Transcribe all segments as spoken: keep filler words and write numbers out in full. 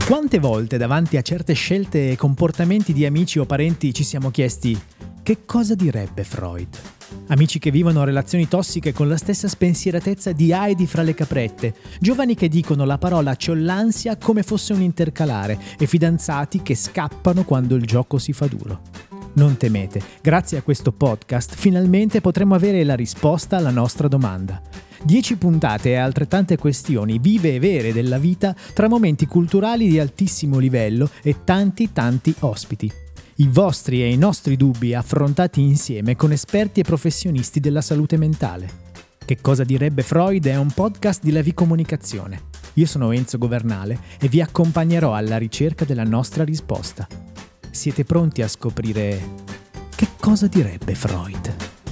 Quante volte davanti a certe scelte e comportamenti di amici o parenti ci siamo chiesti che cosa direbbe Freud? Amici che vivono relazioni tossiche con la stessa spensieratezza di Heidi fra le caprette, giovani che dicono la parola "c'ho l'ansia" come fosse un intercalare e fidanzati che scappano quando il gioco si fa duro. Non temete, grazie a questo podcast finalmente potremo avere la risposta alla nostra domanda. Dieci puntate e altrettante questioni vive e vere della vita tra momenti culturali di altissimo livello e tanti tanti ospiti. I vostri e i nostri dubbi affrontati insieme con esperti e professionisti della salute mentale. Che cosa direbbe Freud è un podcast di Levi Comunicazione. Io sono Enzo Governale e vi accompagnerò alla ricerca della nostra risposta. Siete pronti a scoprire che cosa direbbe Freud?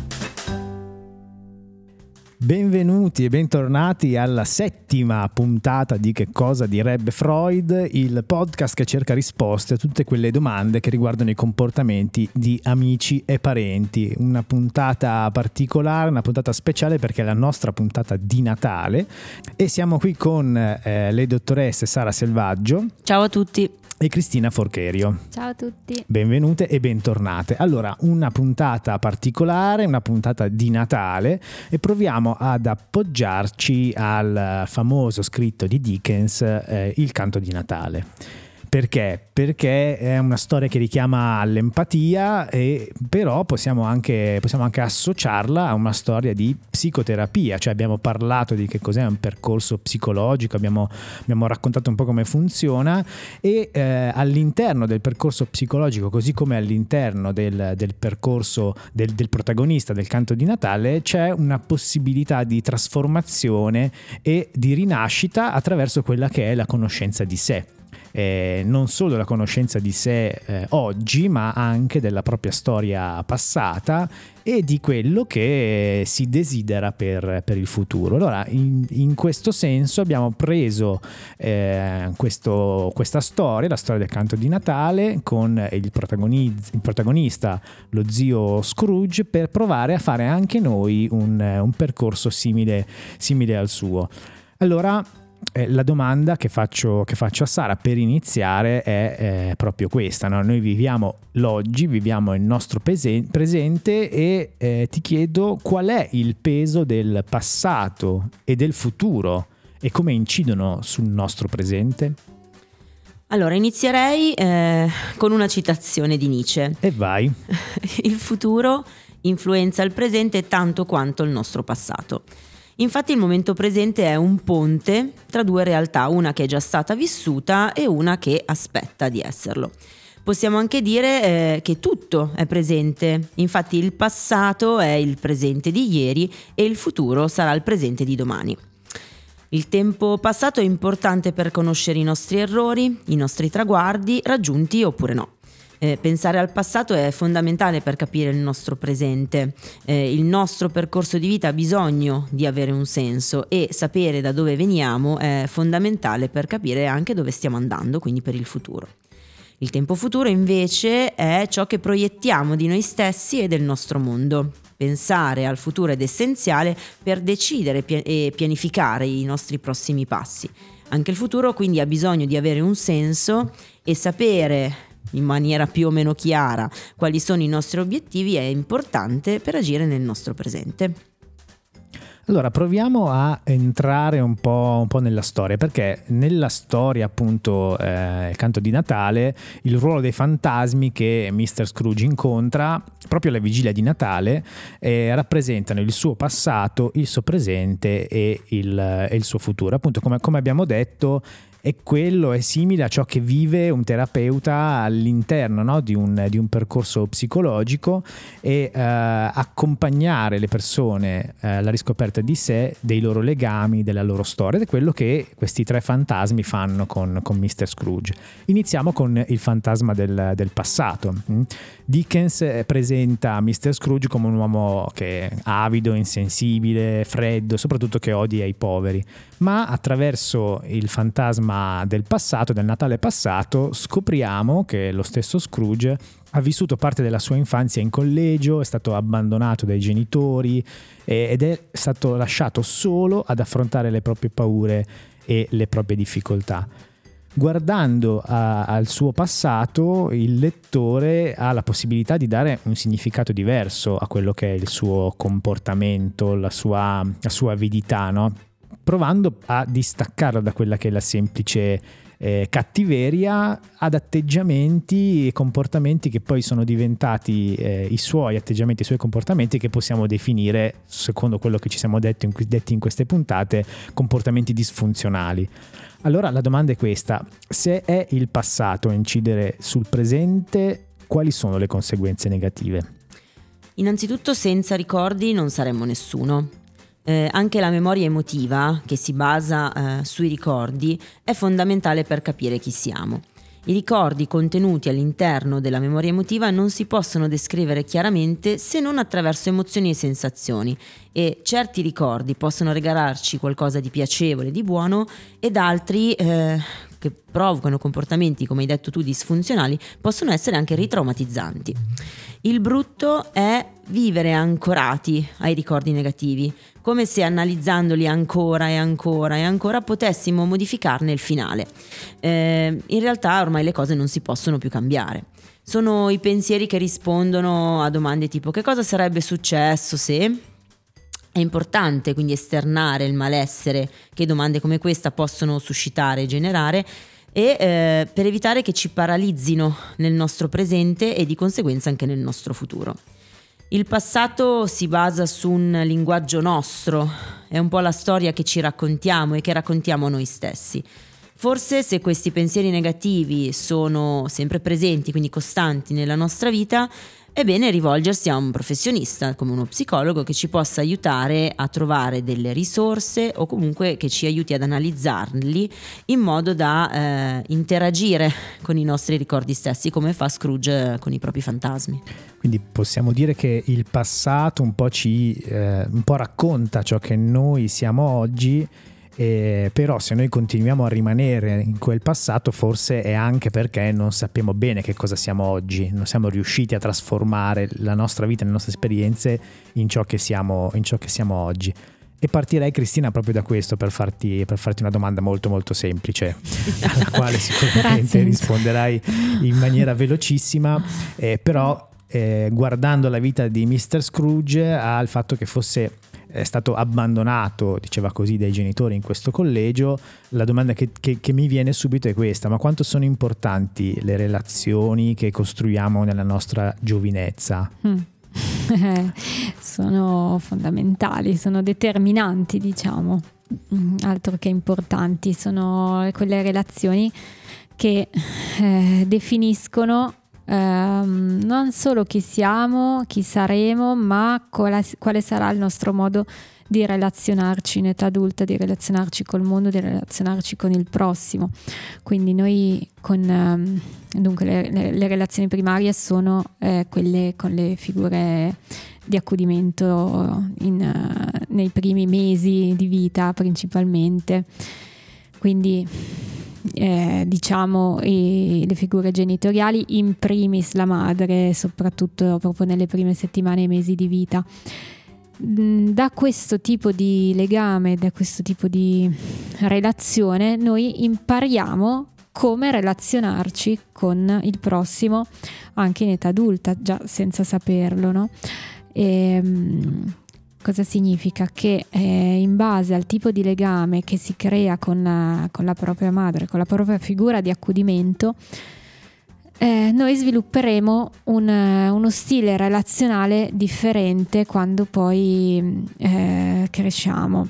Benvenuti e bentornati alla settima puntata di Che cosa direbbe Freud, il podcast che cerca risposte a tutte quelle domande che riguardano i comportamenti di amici e parenti. Una puntata particolare, una puntata speciale perché è la nostra puntata di Natale e siamo qui con eh, le dottoresse Sara Selvaggio. Ciao a tutti. E Cristina Forcherio. Ciao a tutti. Benvenute e bentornate. Allora, una puntata particolare, una puntata di Natale e proviamo ad appoggiarci al famoso scritto di Dickens, eh, Il canto di Natale. Perché? Perché è una storia che richiama all'empatia e però possiamo anche, possiamo anche associarla a una storia di psicoterapia, cioè abbiamo parlato di che cos'è un percorso psicologico, abbiamo, abbiamo raccontato un po' come funziona e eh, all'interno del percorso psicologico, così come all'interno del, del percorso del, del protagonista del canto di Natale, c'è una possibilità di trasformazione e di rinascita attraverso quella che è la conoscenza di sé. Eh, non solo la conoscenza di sé eh, oggi, ma anche della propria storia passata e di quello che si desidera per, per il futuro. Allora, in, in questo senso abbiamo preso eh, questo, questa storia, la storia del canto di Natale, con il, protagoni- il protagonista, lo zio Scrooge, per provare a fare anche noi un, un percorso simile, simile al suo. Allora, Eh, la domanda che faccio, che faccio a Sara per iniziare è eh, proprio questa, no? Noi viviamo l'oggi, viviamo il nostro pese- presente e eh, ti chiedo qual è il peso del passato e del futuro e come incidono sul nostro presente? Allora, inizierei eh, con una citazione di Nietzsche. E vai. Il futuro influenza il presente tanto quanto il nostro passato. Infatti il momento presente è un ponte tra due realtà, una che è già stata vissuta e una che aspetta di esserlo. Possiamo anche dire eh, che tutto è presente, infatti il passato è il presente di ieri e il futuro sarà il presente di domani. Il tempo passato è importante per conoscere i nostri errori, i nostri traguardi, raggiunti oppure no. Eh, pensare al passato è fondamentale per capire il nostro presente. Eh, il nostro percorso di vita ha bisogno di avere un senso e sapere da dove veniamo è fondamentale per capire anche dove stiamo andando, quindi per il futuro. Il tempo futuro invece è ciò che proiettiamo di noi stessi e del nostro mondo. Pensare al futuro è essenziale per decidere e pianificare i nostri prossimi passi. Anche il futuro quindi ha bisogno di avere un senso e sapere in maniera più o meno chiara quali sono i nostri obiettivi è importante per agire nel nostro presente. Allora proviamo a entrare un po', un po' nella storia, perché nella storia appunto eh, il canto di Natale, il ruolo dei fantasmi che mister Scrooge incontra proprio alla vigilia di Natale eh, rappresentano il suo passato, il suo presente e il, e il suo futuro. Appunto come, come abbiamo detto, e quello è simile a ciò che vive un terapeuta all'interno, no, di, un, di un percorso psicologico e eh, accompagnare le persone eh, alla riscoperta di sé, dei loro legami, della loro storia, ed è quello che questi tre fantasmi fanno con, con mister Scrooge. Iniziamo con il fantasma del, del passato. Dickens presenta mister Scrooge come un uomo che è avido, insensibile, freddo, soprattutto che odia i poveri, ma attraverso il fantasma del passato, del Natale passato, scopriamo che lo stesso Scrooge ha vissuto parte della sua infanzia in collegio, è stato abbandonato dai genitori ed è stato lasciato solo ad affrontare le proprie paure e le proprie difficoltà. guardando a, al suo passato, il lettore ha la possibilità di dare un significato diverso a quello che è il suo comportamento, la sua, la sua avidità, no? Provando a distaccarla da quella che è la semplice eh, cattiveria ad atteggiamenti e comportamenti che poi sono diventati eh, i suoi atteggiamenti, i suoi comportamenti, che possiamo definire, secondo quello che ci siamo detti in, detti in queste puntate, comportamenti disfunzionali. Allora la domanda è questa: se è il passato a incidere sul presente, quali sono le conseguenze negative? Innanzitutto, senza ricordi non saremmo nessuno. Eh, anche la memoria emotiva, che si basa eh, sui ricordi, è fondamentale per capire chi siamo. I ricordi contenuti all'interno della memoria emotiva non si possono descrivere chiaramente se non attraverso emozioni e sensazioni, e certi ricordi possono regalarci qualcosa di piacevole, di buono, ed altri eh, che provocano comportamenti, come hai detto tu, disfunzionali, possono essere anche ritraumatizzanti. Il brutto è vivere ancorati ai ricordi negativi, come se analizzandoli ancora e ancora e ancora potessimo modificarne il finale. Eh, in realtà ormai le cose non si possono più cambiare. Sono i pensieri che rispondono a domande tipo: che cosa sarebbe successo se? È importante quindi esternare il malessere che domande come questa possono suscitare e generare, e eh, per evitare che ci paralizzino nel nostro presente e di conseguenza anche nel nostro futuro. Il passato si basa su un linguaggio nostro, è un po' la storia che ci raccontiamo e che raccontiamo noi stessi. Forse se questi pensieri negativi sono sempre presenti, quindi costanti nella nostra vita, è bene rivolgersi a un professionista come uno psicologo che ci possa aiutare a trovare delle risorse, o comunque che ci aiuti ad analizzarli in modo da eh, interagire con i nostri ricordi stessi, come fa Scrooge con i propri fantasmi. Quindi possiamo dire che il passato un po' ci eh, un po' racconta ciò che noi siamo oggi. Eh, però se noi continuiamo a rimanere in quel passato, forse è anche perché non sappiamo bene che cosa siamo oggi, non siamo riusciti a trasformare la nostra vita, le nostre esperienze in ciò che siamo, in ciò che siamo oggi. E partirei, Cristina, proprio da questo per farti, per farti una domanda molto molto semplice, alla quale sicuramente risponderai in maniera velocissima, eh, però eh, guardando la vita di mister Scrooge, al fatto che fosse è stato abbandonato, diceva così, dai genitori in questo collegio, la domanda che, che, che mi viene subito è questa: ma quanto sono importanti le relazioni che costruiamo nella nostra giovinezza? Mm. Sono fondamentali, sono determinanti, diciamo, altro che importanti, sono quelle relazioni che eh, definiscono Um, non solo chi siamo, chi saremo, ma quale, quale sarà il nostro modo di relazionarci in età adulta, di relazionarci col mondo, di relazionarci con il prossimo. Quindi noi con um, dunque le, le, le relazioni primarie sono eh, quelle con le figure di accudimento in, uh, nei primi mesi di vita principalmente. Quindi Eh, diciamo e le figure genitoriali, in primis la madre, soprattutto proprio nelle prime settimane e mesi di vita. Da questo tipo di legame, da questo tipo di relazione, noi impariamo come relazionarci con il prossimo anche in età adulta, già senza saperlo, no? E, cosa significa? Che eh, in base al tipo di legame che si crea con la, con la propria madre, con la propria figura di accudimento, eh, noi svilupperemo un, uno stile relazionale differente quando poi eh, cresciamo.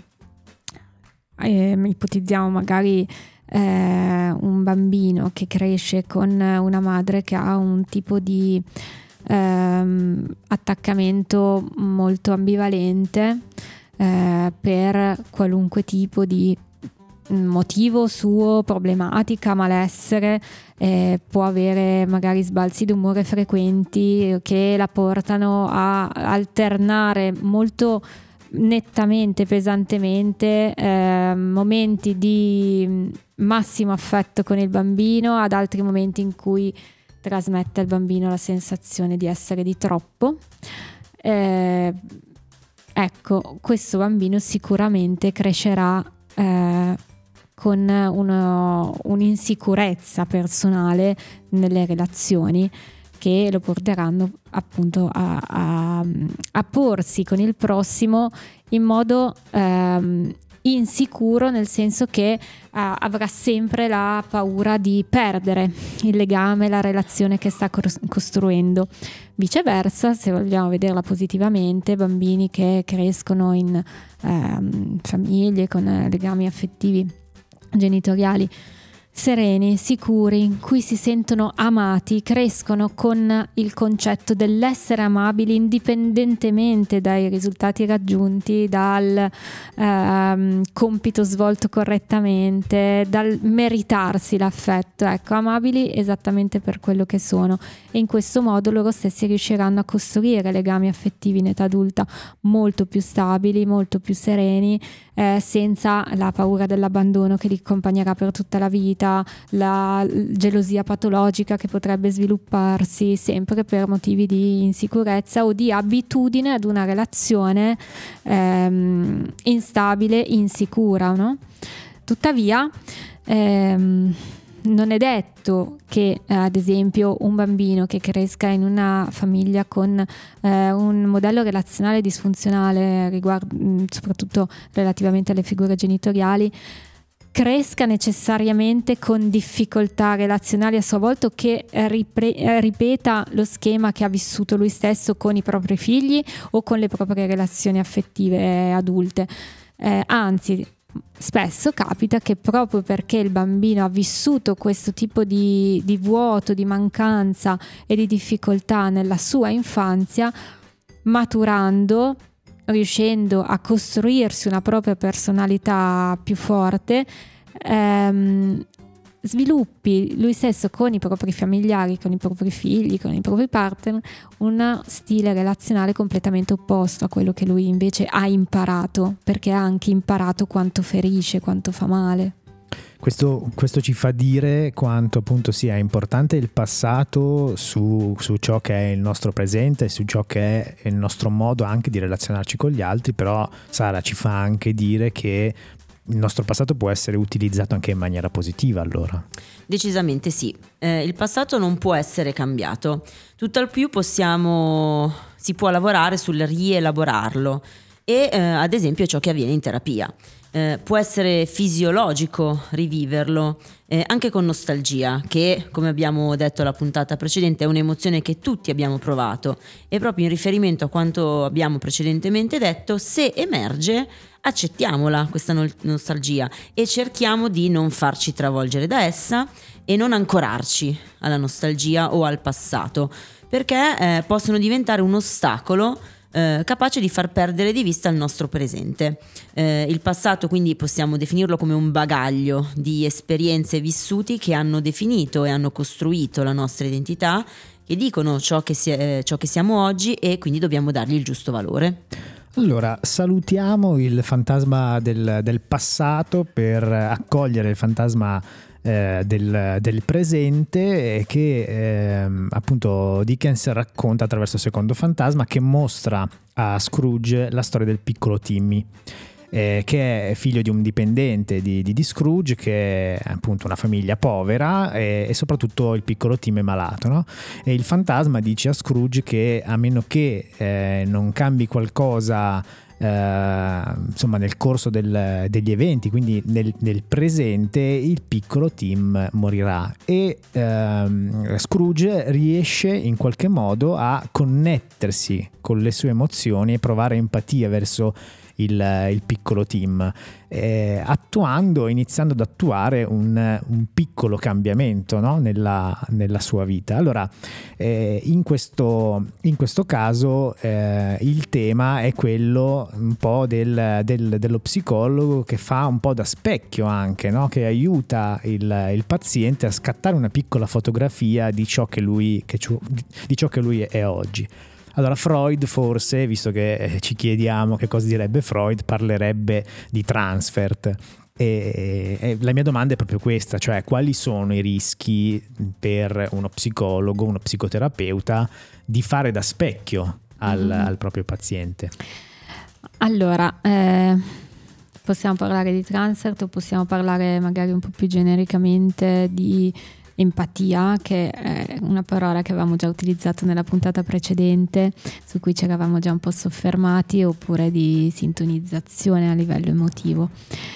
Eh, ipotizziamo magari eh, un bambino che cresce con una madre che ha un tipo di Ehm, attaccamento molto ambivalente eh, per qualunque tipo di motivo suo, problematica, malessere, eh, può avere magari sbalzi d'umore frequenti che la portano a alternare molto nettamente, pesantemente eh, momenti di massimo affetto con il bambino ad altri momenti in cui trasmette al bambino la sensazione di essere di troppo. Eh, ecco, questo bambino sicuramente crescerà eh, con uno, un'insicurezza personale nelle relazioni, che lo porteranno appunto a, a, a porsi con il prossimo in modo ehm, insicuro, nel senso che eh, avrà sempre la paura di perdere il legame, la relazione che sta costruendo. Viceversa, se vogliamo vederla positivamente, bambini che crescono in ehm, famiglie con legami affettivi genitoriali sereni, sicuri, in cui si sentono amati, crescono con il concetto dell'essere amabili indipendentemente dai risultati raggiunti, dal ehm, compito svolto correttamente, dal meritarsi l'affetto. Ecco, amabili esattamente per quello che sono, e in questo modo loro stessi riusciranno a costruire legami affettivi in età adulta molto più stabili, molto più sereni, eh, senza la paura dell'abbandono che li accompagnerà per tutta la vita, la gelosia patologica che potrebbe svilupparsi sempre per motivi di insicurezza o di abitudine ad una relazione ehm, instabile, insicura, no? Tuttavia ehm, non è detto che eh, ad esempio un bambino che cresca in una famiglia con eh, un modello relazionale disfunzionale, riguardo, soprattutto relativamente alle figure genitoriali, cresca necessariamente con difficoltà relazionali a sua volta, o che ripre- ripeta lo schema che ha vissuto lui stesso con i propri figli o con le proprie relazioni affettive adulte. Eh, anzi, spesso capita che proprio perché il bambino ha vissuto questo tipo di, di vuoto, di mancanza e di difficoltà nella sua infanzia, maturando, riuscendo a costruirsi una propria personalità più forte, ehm, sviluppi lui stesso con i propri familiari, con i propri figli, con i propri partner, uno stile relazionale completamente opposto a quello che lui invece ha imparato, perché ha anche imparato quanto ferisce, quanto fa male. Questo, questo ci fa dire quanto appunto sia importante il passato su, su ciò che è il nostro presente, su ciò che è il nostro modo anche di relazionarci con gli altri. Però Sara ci fa anche dire che il nostro passato può essere utilizzato anche in maniera positiva, allora. Decisamente sì, eh, il passato non può essere cambiato, tutt'al più possiamo, si può lavorare sul rielaborarlo, e eh, ad esempio ciò che avviene in terapia. Eh, può essere fisiologico riviverlo, eh, anche con nostalgia, che, come abbiamo detto alla puntata precedente, è un'emozione che tutti abbiamo provato, e proprio in riferimento a quanto abbiamo precedentemente detto, se emerge, accettiamola questa no- nostalgia e cerchiamo di non farci travolgere da essa e non ancorarci alla nostalgia o al passato, perché eh, possono diventare un ostacolo Eh, capace di far perdere di vista il nostro presente. Eh, il passato quindi possiamo definirlo come un bagaglio di esperienze vissuti che hanno definito e hanno costruito la nostra identità, che dicono ciò che, si è, ciò che siamo oggi, e quindi dobbiamo dargli il giusto valore. Allora, salutiamo il fantasma del, del passato per accogliere il fantasma eh, del, del presente, che eh, appunto Dickens racconta attraverso il secondo fantasma, che mostra a Scrooge la storia del piccolo Timmy, eh, che è figlio di un dipendente di, di, di Scrooge, che è appunto una famiglia povera, e, e soprattutto il piccolo Tim è malato, no? E il fantasma dice a Scrooge che a meno che eh, non cambi qualcosa eh, insomma nel corso del, degli eventi, quindi nel, nel presente, il piccolo Tim morirà. E ehm, Scrooge riesce in qualche modo a connettersi con le sue emozioni e provare empatia verso Il, il piccolo Tim, eh, attuando, iniziando ad attuare un, un piccolo cambiamento, no? nella, nella sua vita. Allora, eh, in, questo, in questo caso eh, il tema è quello un po' del, del, dello psicologo, che fa un po' da specchio anche, no? Che aiuta il, il paziente a scattare una piccola fotografia di ciò che lui, che, di ciò che lui è oggi. Allora Freud, forse, visto che ci chiediamo che cosa direbbe Freud, parlerebbe di transfert. E, e la mia domanda è proprio questa, cioè quali sono i rischi per uno psicologo, uno psicoterapeuta, di fare da specchio al, mm. al proprio paziente? Allora, eh, possiamo parlare di transfert o possiamo parlare magari un po' più genericamente di empatia, che è una parola che avevamo già utilizzato nella puntata precedente, su cui ci eravamo già un po' soffermati, oppure di sintonizzazione a livello emotivo.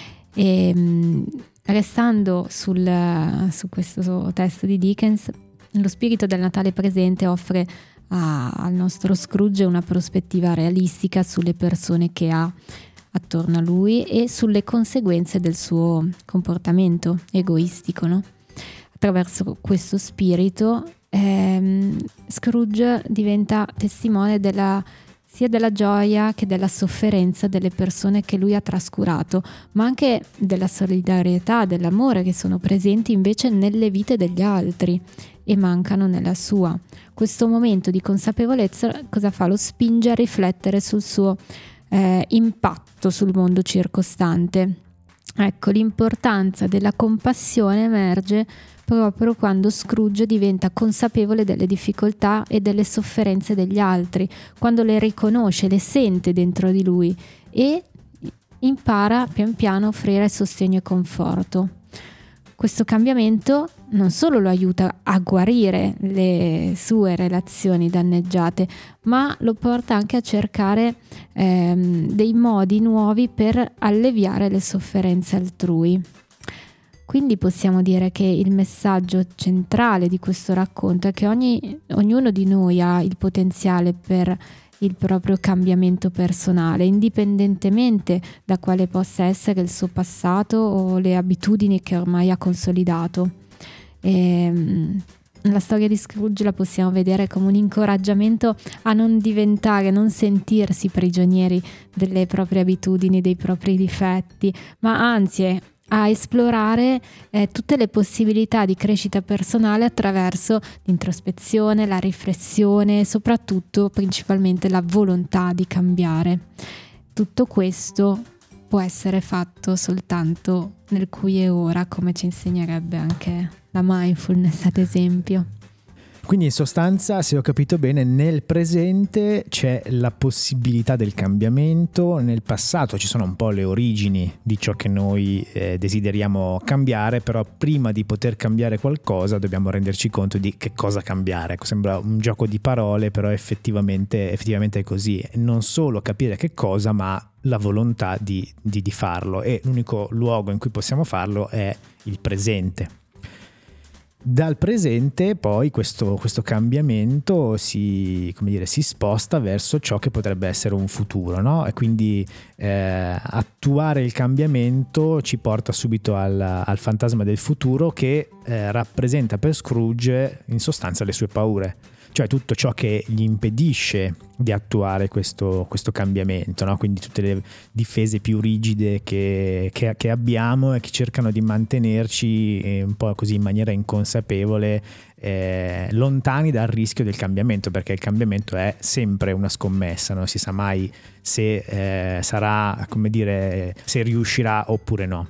E restando sul, su questo testo di Dickens, lo spirito del Natale presente offre a, al nostro Scrooge una prospettiva realistica sulle persone che ha attorno a lui e sulle conseguenze del suo comportamento egoistico, no? Attraverso questo spirito ehm, Scrooge diventa testimone della, sia della gioia che della sofferenza delle persone che lui ha trascurato, ma anche della solidarietà, dell'amore che sono presenti invece nelle vite degli altri e mancano nella sua. Questo momento di consapevolezza cosa fa? Lo spinge a riflettere sul suo eh, impatto sul mondo circostante. Ecco, l'importanza della compassione emerge proprio quando Scrooge diventa consapevole delle difficoltà e delle sofferenze degli altri, quando le riconosce, le sente dentro di lui e impara pian piano a offrire sostegno e conforto. Questo cambiamento non solo lo aiuta a guarire le sue relazioni danneggiate, ma lo porta anche a cercare ehm, dei modi nuovi per alleviare le sofferenze altrui. Quindi possiamo dire che il messaggio centrale di questo racconto è che ogni, ognuno di noi ha il potenziale per il proprio cambiamento personale, indipendentemente da quale possa essere il suo passato o le abitudini che ormai ha consolidato. E, la storia di Scrooge la possiamo vedere come un incoraggiamento a non diventare, a non sentirsi prigionieri delle proprie abitudini, dei propri difetti, ma anzi a esplorare eh, tutte le possibilità di crescita personale attraverso l'introspezione, la riflessione e soprattutto, principalmente, la volontà di cambiare. Tutto questo può essere fatto soltanto nel qui e ora, come ci insegnerebbe anche la mindfulness, ad esempio. Quindi in sostanza, se ho capito bene, nel presente c'è la possibilità del cambiamento, nel passato ci sono un po' le origini di ciò che noi eh, desideriamo cambiare, però prima di poter cambiare qualcosa dobbiamo renderci conto di che cosa cambiare. Ecco, sembra un gioco di parole, però effettivamente, effettivamente è così. Non solo capire che cosa, ma la volontà di, di, di farlo, e l'unico luogo in cui possiamo farlo è il presente. Dal presente poi questo, questo cambiamento si, come dire, si sposta verso ciò che potrebbe essere un futuro, no? E quindi eh, attuare il cambiamento ci porta subito al, al fantasma del futuro, che eh, rappresenta per Scrooge in sostanza le sue paure, cioè tutto ciò che gli impedisce di attuare questo, questo cambiamento, no? Quindi tutte le difese più rigide che, che, che abbiamo e che cercano di mantenerci eh, un po' così in maniera inconsapevole eh, lontani dal rischio del cambiamento, perché il cambiamento è sempre una scommessa, non si sa mai se eh, sarà, come dire, se riuscirà oppure no.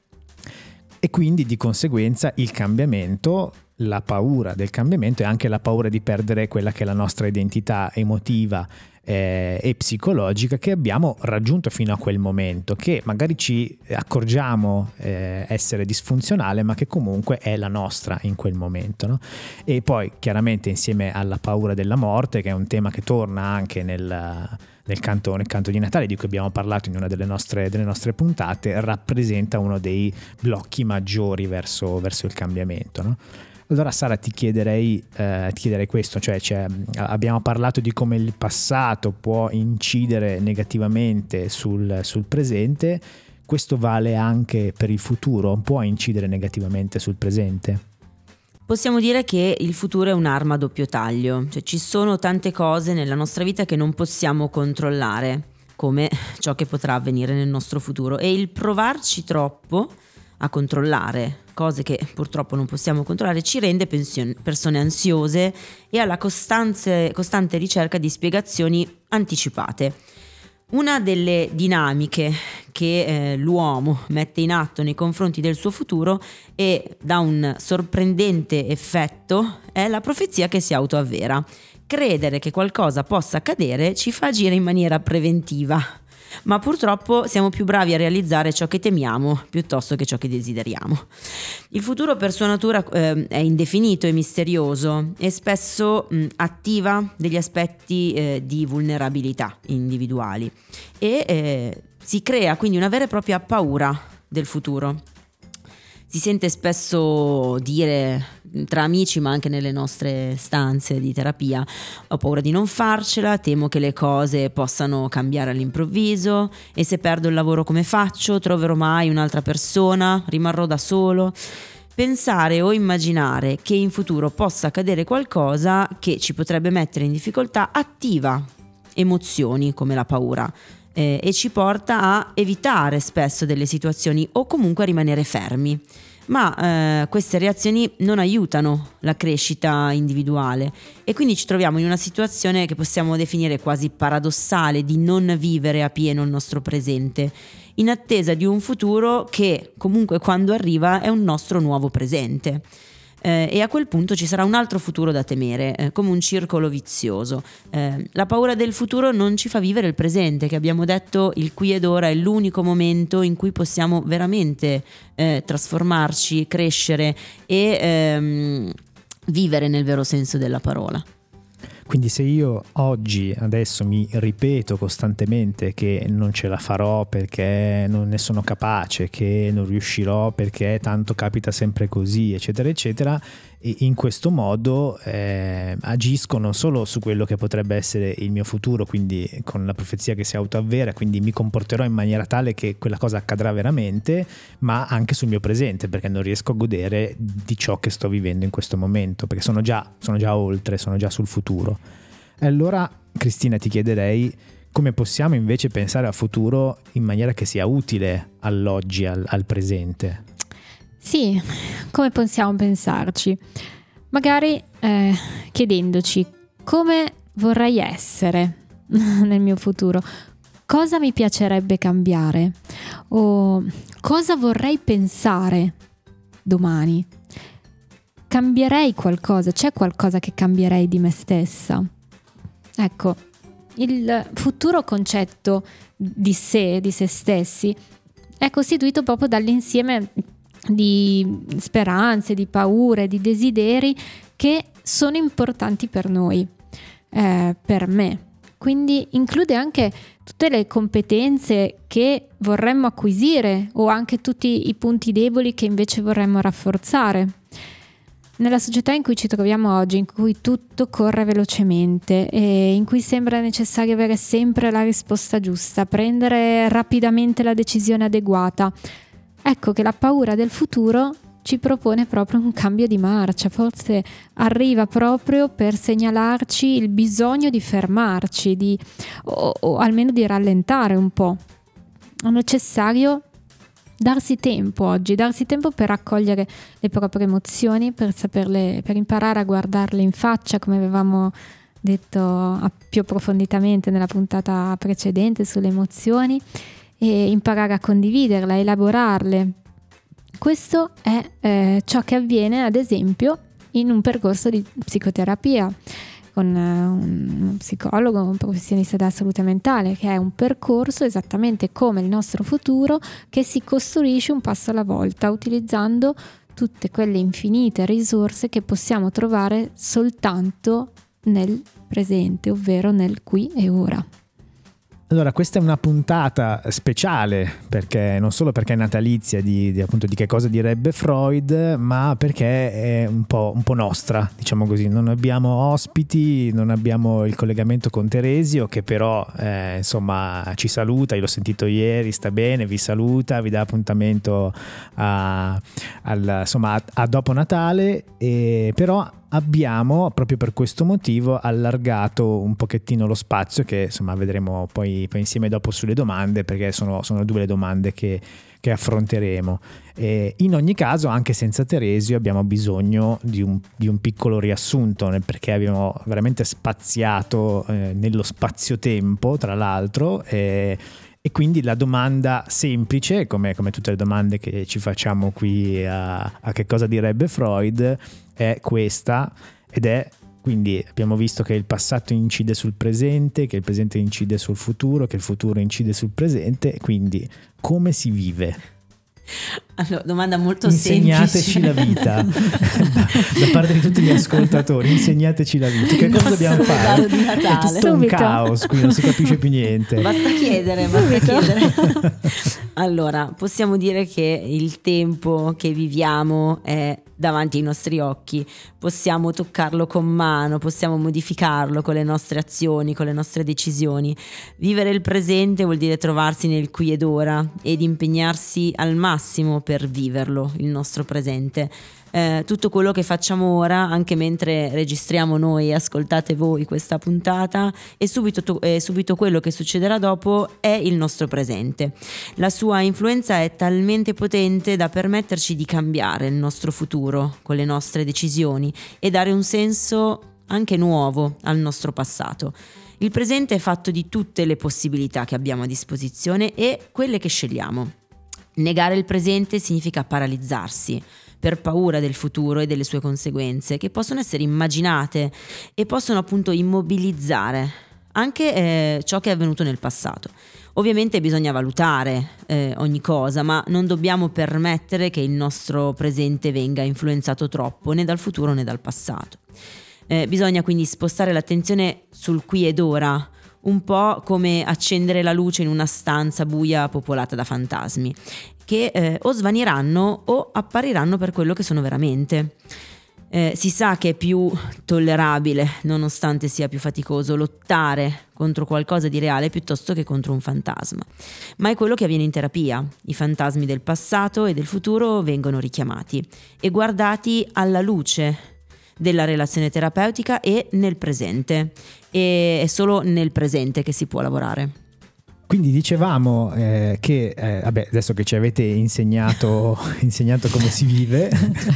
E quindi di conseguenza il cambiamento, la paura del cambiamento e anche la paura di perdere quella che è la nostra identità emotiva eh, e psicologica che abbiamo raggiunto fino a quel momento, che magari ci accorgiamo eh, essere disfunzionale, ma che comunque è la nostra in quel momento, no? E poi chiaramente insieme alla paura della morte, che è un tema che torna anche nel nel canto, nel canto di Natale, di cui abbiamo parlato in una delle nostre, delle nostre puntate, rappresenta uno dei blocchi maggiori verso, verso il cambiamento, no? Allora Sara, ti chiederei, eh, ti chiederei questo, cioè, cioè abbiamo parlato di come il passato può incidere negativamente sul, sul presente, questo vale anche per il futuro, può incidere negativamente sul presente? Possiamo dire che il futuro è un'arma a doppio taglio, cioè ci sono tante cose nella nostra vita che non possiamo controllare, come ciò che potrà avvenire nel nostro futuro, e il provarci troppo a controllare cose che purtroppo non possiamo controllare ci rende pension- persone ansiose e alla costante, costante ricerca di spiegazioni anticipate. Una delle dinamiche che eh, l'uomo mette in atto nei confronti del suo futuro e dà un sorprendente effetto è la profezia che si autoavvera. Credere che qualcosa possa accadere ci fa agire in maniera preventiva. ma purtroppo siamo più bravi a realizzare ciò che temiamo piuttosto che ciò che desideriamo. Il futuro per sua natura eh, è indefinito e misterioso e spesso mh, attiva degli aspetti eh, di vulnerabilità individuali e eh, si crea quindi una vera e propria paura del futuro. Si sente spesso dire tra amici, ma anche nelle nostre stanze di terapia: ho paura di non farcela, temo che le cose possano cambiare all'improvviso, e se perdo il lavoro come faccio? Troverò mai un'altra persona? Rimarrò da solo? Pensare o immaginare che in futuro possa accadere qualcosa che ci potrebbe mettere in difficoltà attiva emozioni come la paura eh, e ci porta a evitare spesso delle situazioni o comunque a rimanere fermi. Ma eh, queste reazioni non aiutano la crescita individuale e quindi ci troviamo in una situazione che possiamo definire quasi paradossale, di non vivere a pieno il nostro presente, in attesa di un futuro che comunque quando arriva è un nostro nuovo presente. Eh, e a quel punto ci sarà un altro futuro da temere, eh, come un circolo vizioso. Eh, la paura del futuro non ci fa vivere il presente, che abbiamo detto il qui ed ora è l'unico momento in cui possiamo veramente eh, trasformarci, crescere e ehm, vivere nel vero senso della parola. Quindi se io oggi adesso mi ripeto costantemente che non ce la farò perché non ne sono capace, che non riuscirò perché tanto capita sempre così, eccetera eccetera, e in questo modo eh, agisco non solo su quello che potrebbe essere il mio futuro, quindi con la profezia che si autoavvera, quindi mi comporterò in maniera tale che quella cosa accadrà veramente, ma anche sul mio presente, perché non riesco a godere di ciò che sto vivendo in questo momento, perché sono già, sono già oltre, sono già sul futuro. E allora, Cristina, ti chiederei come possiamo invece pensare al futuro in maniera che sia utile all'oggi, al, al presente. Sì, come possiamo pensarci? Magari eh, chiedendoci come vorrei essere nel mio futuro, cosa mi piacerebbe cambiare o cosa vorrei pensare domani. Cambierei qualcosa? C'è qualcosa che cambierei di me stessa? Ecco, il futuro concetto di sé, di se stessi, è costituito proprio dall'insieme di speranze, di paure, di desideri che sono importanti per noi, eh, per me. Quindi include anche tutte le competenze che vorremmo acquisire o anche tutti i punti deboli che invece vorremmo rafforzare. Nella società in cui ci troviamo oggi, in cui tutto corre velocemente e in cui sembra necessario avere sempre la risposta giusta, prendere rapidamente la decisione adeguata, ecco che la paura del futuro ci propone proprio un cambio di marcia, forse arriva proprio per segnalarci il bisogno di fermarci, di, o, o almeno di rallentare un po'. È necessario darsi tempo oggi, darsi tempo per raccogliere le proprie emozioni, per saperle, per imparare a guardarle in faccia, come avevamo detto più approfonditamente nella puntata precedente sulle emozioni, e imparare a condividerle, a elaborarle. Questo è eh, ciò che avviene ad esempio in un percorso di psicoterapia con eh, un psicologo, un professionista della salute mentale, che è un percorso esattamente come il nostro futuro che si costruisce un passo alla volta, utilizzando tutte quelle infinite risorse che possiamo trovare soltanto nel presente, ovvero nel qui e ora. Allora, questa è una puntata speciale, perché non solo perché è natalizia di, di, appunto, di che cosa direbbe Freud, ma perché è un po', un po' nostra, diciamo così. Non abbiamo ospiti, non abbiamo il collegamento con Teresio, che però eh, insomma ci saluta, io l'ho sentito ieri, sta bene, vi saluta, vi dà appuntamento a, al, insomma, a, a dopo Natale, e però abbiamo proprio per questo motivo allargato un pochettino lo spazio, che insomma vedremo poi, poi insieme dopo sulle domande, perché sono, sono due le domande che, che affronteremo. E in ogni caso, anche senza Teresio abbiamo bisogno di un, di un piccolo riassunto, perché abbiamo veramente spaziato eh, nello spazio-tempo, tra l'altro, e, e quindi la domanda semplice, come, come tutte le domande che ci facciamo qui a, a che cosa direbbe Freud, è questa, ed è: Quindi abbiamo visto che il passato incide sul presente, che il presente incide sul futuro, che il futuro incide sul presente, quindi come si vive? Allora, domanda molto insegnateci semplice. la vita da parte di tutti gli ascoltatori, insegnateci la vita, che cosa dobbiamo fare? Di Natale. È tutto Subito. un caos qui, non si capisce più niente. Basta chiedere, basta chiedere. Allora, possiamo dire che il tempo che viviamo è davanti ai nostri occhi, possiamo toccarlo con mano, possiamo modificarlo con le nostre azioni, con le nostre decisioni. Vivere il presente vuol dire trovarsi nel qui ed ora ed impegnarsi al massimo per viverlo, il nostro presente. Eh, tutto quello che facciamo ora, anche mentre registriamo noi e ascoltate voi questa puntata, e subito, to- e subito quello che succederà dopo è il nostro presente. La sua influenza è talmente potente da permetterci di cambiare il nostro futuro con le nostre decisioni e dare un senso anche nuovo al nostro passato. Il presente è fatto di tutte le possibilità che abbiamo a disposizione e quelle che scegliamo. Negare il presente significa paralizzarsi per paura del futuro e delle sue conseguenze, che possono essere immaginate e possono appunto immobilizzare anche eh, ciò che è avvenuto nel passato. Ovviamente bisogna valutare eh, ogni cosa, ma non dobbiamo permettere che il nostro presente venga influenzato troppo né dal futuro né dal passato. Eh, bisogna quindi spostare l'attenzione sul qui ed ora, un po' come accendere la luce in una stanza buia popolata da fantasmi, che eh, o svaniranno o appariranno per quello che sono veramente. Eh, si sa che è più tollerabile, nonostante sia più faticoso, lottare contro qualcosa di reale piuttosto che contro un fantasma. Ma è quello che avviene in terapia. I fantasmi del passato e del futuro vengono richiamati e guardati alla luce della relazione terapeutica e nel presente. E è solo nel presente che si può lavorare. Quindi dicevamo eh, che eh, vabbè, adesso che ci avete insegnato, insegnato come si vive,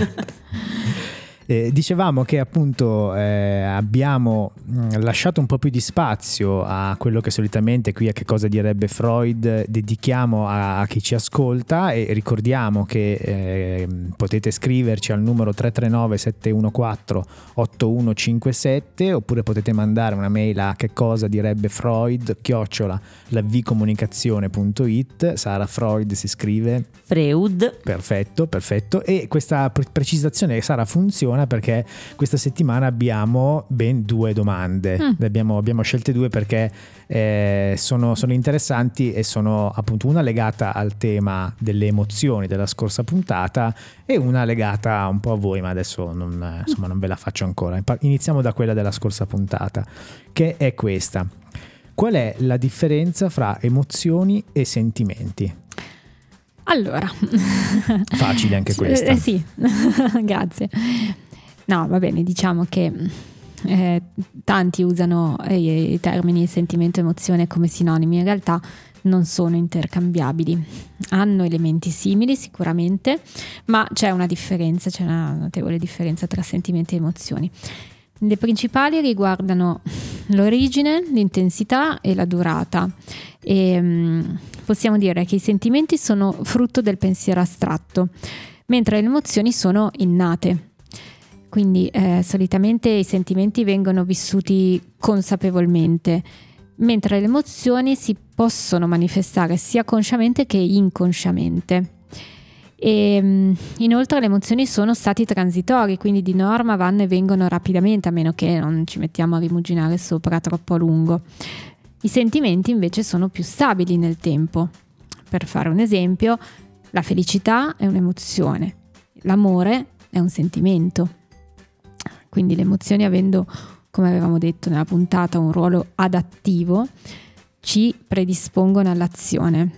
eh, dicevamo che appunto eh, abbiamo mh, lasciato un po' più di spazio a quello che solitamente qui a Che cosa direbbe Freud dedichiamo a, a chi ci ascolta, e ricordiamo che eh, potete scriverci al numero tre tre nove sette uno quattro otto uno cinque sette, oppure potete mandare una mail a che cosa direbbe Freud chiocciola lavcomunicazione punto it. Sara, Freud si scrive Freud. Perfetto, perfetto. E questa pre- precisazione, Sara, funziona perché questa settimana abbiamo ben due domande. Mm. Abbiamo, abbiamo scelte due perché eh, sono, sono interessanti e sono appunto una legata al tema delle emozioni della scorsa puntata e una legata un po' a voi, ma adesso non, insomma, non ve la faccio ancora. Iniziamo da quella della scorsa puntata, che è questa. Qual è la differenza fra emozioni e sentimenti? Allora, facile anche questa. Eh, sì, grazie. No, va bene, diciamo che eh, tanti usano eh, i termini sentimento e emozione come sinonimi, in realtà non sono intercambiabili, hanno elementi simili sicuramente, ma c'è una differenza, c'è una notevole differenza tra sentimenti e emozioni. Le principali riguardano l'origine, l'intensità e la durata. E, um, possiamo dire che i sentimenti sono frutto del pensiero astratto, mentre le emozioni sono innate. Quindi eh, solitamente i sentimenti vengono vissuti consapevolmente, mentre le emozioni si possono manifestare sia consciamente che inconsciamente. E inoltre le emozioni sono stati transitori, quindi di norma vanno e vengono rapidamente, a meno che non ci mettiamo a rimuginare sopra troppo a lungo. I sentimenti invece sono più stabili nel tempo. Per fare un esempio, la felicità è un'emozione, l'amore è un sentimento. Quindi le emozioni, avendo, come avevamo detto nella puntata, un ruolo adattivo, ci predispongono all'azione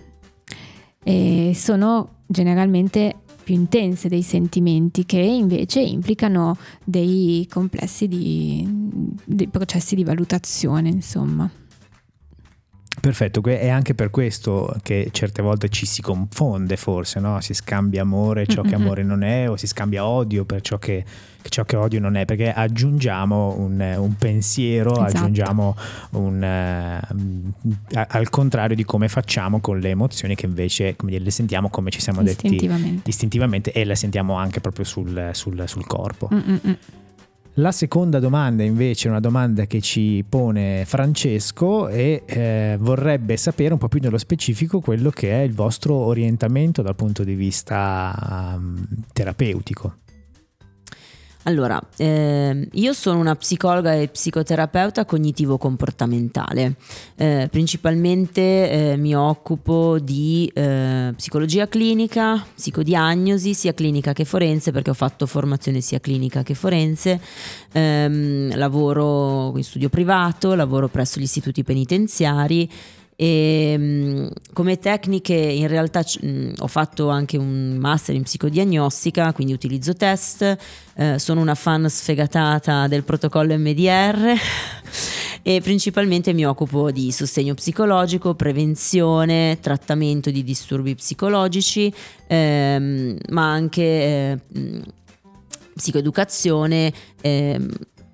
e sono generalmente più intense dei sentimenti, che invece implicano dei complessi di, dei processi di valutazione, insomma. Perfetto, è anche per questo che certe volte ci si confonde, forse, no? Si scambia amore ciò che amore non è, o si scambia odio per ciò che, ciò che odio non è, perché aggiungiamo un, un pensiero, esatto. aggiungiamo un uh, al contrario di come facciamo con le emozioni, che invece, come dire, le sentiamo, come ci siamo detti, istintivamente, e le sentiamo anche proprio sul, sul, sul corpo. Mm-mm. La seconda domanda invece è una domanda che ci pone Francesco e eh, vorrebbe sapere un po' più nello specifico quello che è il vostro orientamento dal punto di vista um, terapeutico. Allora, eh, io sono una psicologa e psicoterapeuta cognitivo-comportamentale, eh, principalmente eh, mi occupo di eh, psicologia clinica, psicodiagnosi, sia clinica che forense, perché ho fatto formazione sia clinica che forense, ehm, lavoro in studio privato, lavoro presso gli istituti penitenziari. E come tecniche in realtà mh, ho fatto anche un master in psicodiagnostica, quindi utilizzo test, eh, sono una fan sfegatata del protocollo M D R e principalmente mi occupo di sostegno psicologico, prevenzione, trattamento di disturbi psicologici, ehm, ma anche eh, psicoeducazione ehm,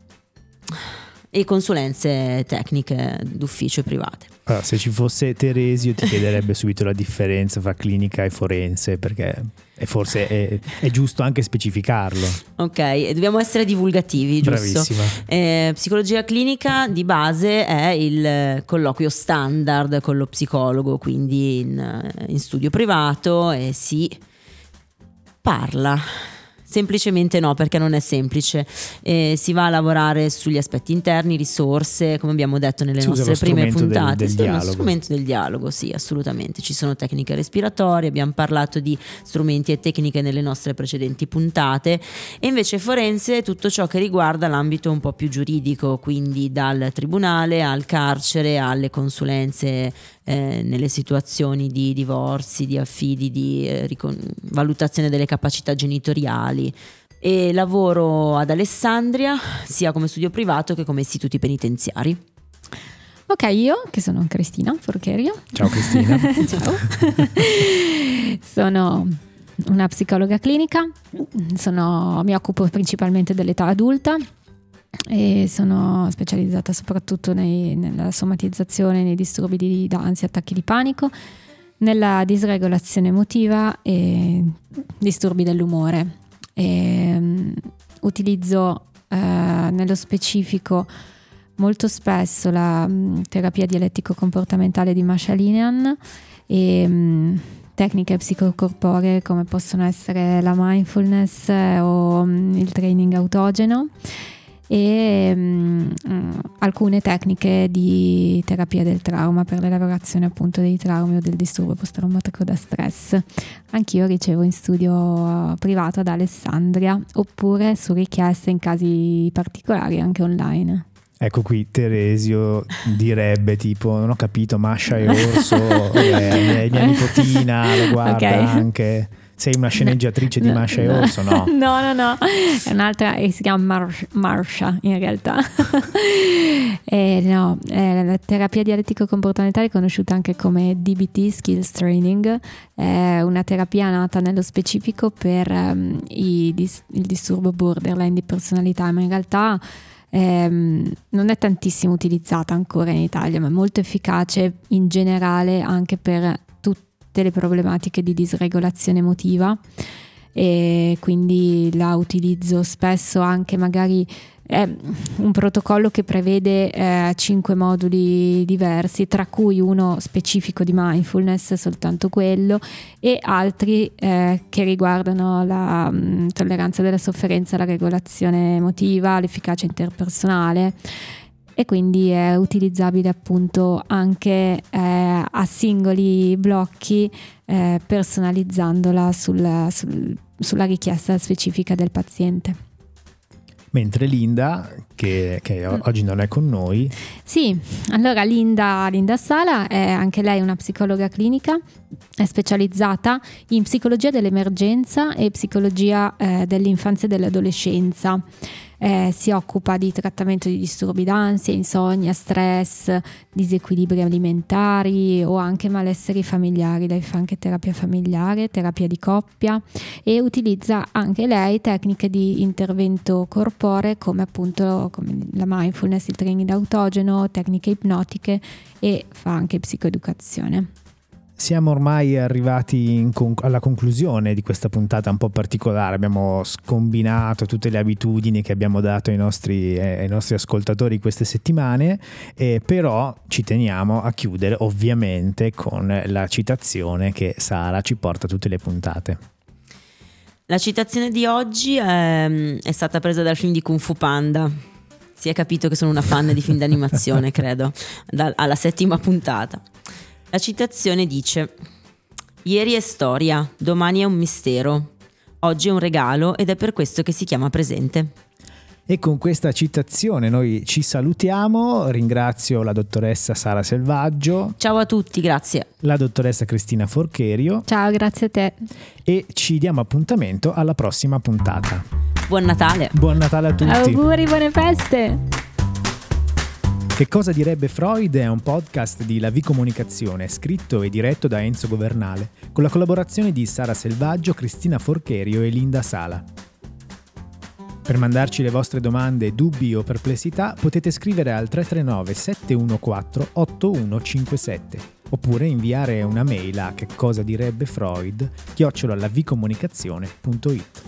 e consulenze tecniche d'ufficio e private. Allora, se ci fosse Teresio ti chiederebbe subito la differenza fra clinica e forense, perché è forse è, è giusto anche specificarlo. Ok, dobbiamo essere divulgativi, giusto? Bravissima. Eh, psicologia clinica di base è il colloquio standard con lo psicologo, quindi in, in studio privato e si parla. Semplicemente no, perché non è semplice. Eh, si va a lavorare sugli aspetti interni, risorse, come abbiamo detto nelle si nostre prime puntate. Del, del sì, dialogo. È uno strumento del dialogo, sì, assolutamente. Ci sono tecniche respiratorie, abbiamo parlato di strumenti e tecniche nelle nostre precedenti puntate. E invece forense è tutto ciò che riguarda l'ambito un po' più giuridico, quindi dal tribunale al carcere alle consulenze eh, nelle situazioni di divorzi, di affidi, di eh, ricon- valutazione delle capacità genitoriali. E lavoro ad Alessandria sia come studio privato che come istituti penitenziari. Ok, io che sono Cristina Forcherio. Ciao Cristina. Ciao. Sono una psicologa clinica, sono, mi occupo principalmente dell'età adulta e sono specializzata soprattutto nei, nella somatizzazione, nei disturbi di ansia, attacchi di panico, nella disregolazione emotiva e disturbi dell'umore. E, um, utilizzo uh, nello specifico molto spesso la um, terapia dialettico-comportamentale di Masha Linehan e um, tecniche psicocorporee come possono essere la mindfulness eh, o um, il training autogeno e um, alcune tecniche di terapia del trauma per l'elaborazione appunto dei traumi o del disturbo post-traumatico da stress. Anch'io ricevo in studio privato ad Alessandria oppure su richiesta in casi particolari anche online. Ecco qui Teresio direbbe tipo non ho capito, Masha e Orso, eh, mia nipotina lo guarda okay. Anche. Sei una sceneggiatrice di Masha e Orso? No. No, no, no, è un'altra che si chiama Mar- Marsha in realtà. eh, no, eh, la terapia dialettico-comportamentale, conosciuta anche come D B T, Skills Training, è una terapia nata nello specifico per um, i dis- il disturbo borderline di personalità, ma in realtà ehm, non è tantissimo utilizzata ancora in Italia, ma è molto efficace in generale anche per le problematiche di disregolazione emotiva e quindi la utilizzo spesso anche magari è un protocollo che prevede eh, cinque moduli diversi, tra cui uno specifico di mindfulness, soltanto quello, e altri eh, che riguardano la mh, tolleranza della sofferenza, la regolazione emotiva, l'efficacia interpersonale. E quindi è utilizzabile appunto anche eh, a singoli blocchi, eh, personalizzandola sul, sul, sulla richiesta specifica del paziente. Mentre Linda, che, che oggi non è con noi. Sì, allora Linda, Linda Sala è anche lei una psicologa clinica, è specializzata in psicologia dell'emergenza e psicologia eh, dell'infanzia e dell'adolescenza. Eh, si occupa di trattamento di disturbi d'ansia, insonnia, stress, disequilibri alimentari o anche malesseri familiari. Lei fa anche terapia familiare, terapia di coppia e utilizza anche lei tecniche di intervento corporeo come appunto come la mindfulness, il training autogeno, tecniche ipnotiche e fa anche psicoeducazione. Siamo ormai arrivati in con- alla conclusione di questa puntata un po' particolare. Abbiamo scombinato tutte le abitudini che abbiamo dato ai nostri, eh, ai nostri ascoltatori queste settimane, eh, però ci teniamo a chiudere ovviamente con la citazione che Sara ci porta tutte le puntate. La citazione di oggi è, è stata presa dal film di Kung Fu Panda. Si è capito che sono una fan di film d'animazione, credo, da, alla settima puntata. La citazione dice: ieri è storia, domani è un mistero, oggi è un regalo ed è per questo che si chiama presente. E con questa citazione noi ci salutiamo. Ringrazio la dottoressa Sara Selvaggio. Ciao a tutti, grazie. La dottoressa Cristina Forcherio. Ciao, grazie a te. E ci diamo appuntamento alla prossima puntata. Buon Natale. Buon Natale a tutti. Auguri, buone feste. Che cosa direbbe Freud è un podcast di La V Comunicazione, scritto e diretto da Enzo Governale, con la collaborazione di Sara Selvaggio, Cristina Forcherio e Linda Sala. Per mandarci le vostre domande, dubbi o perplessità potete scrivere al tre tre nove sette uno quattro otto uno cinque sette oppure inviare una mail a che cosa direbbe Freud chiocciola lavcomunicazione punto it.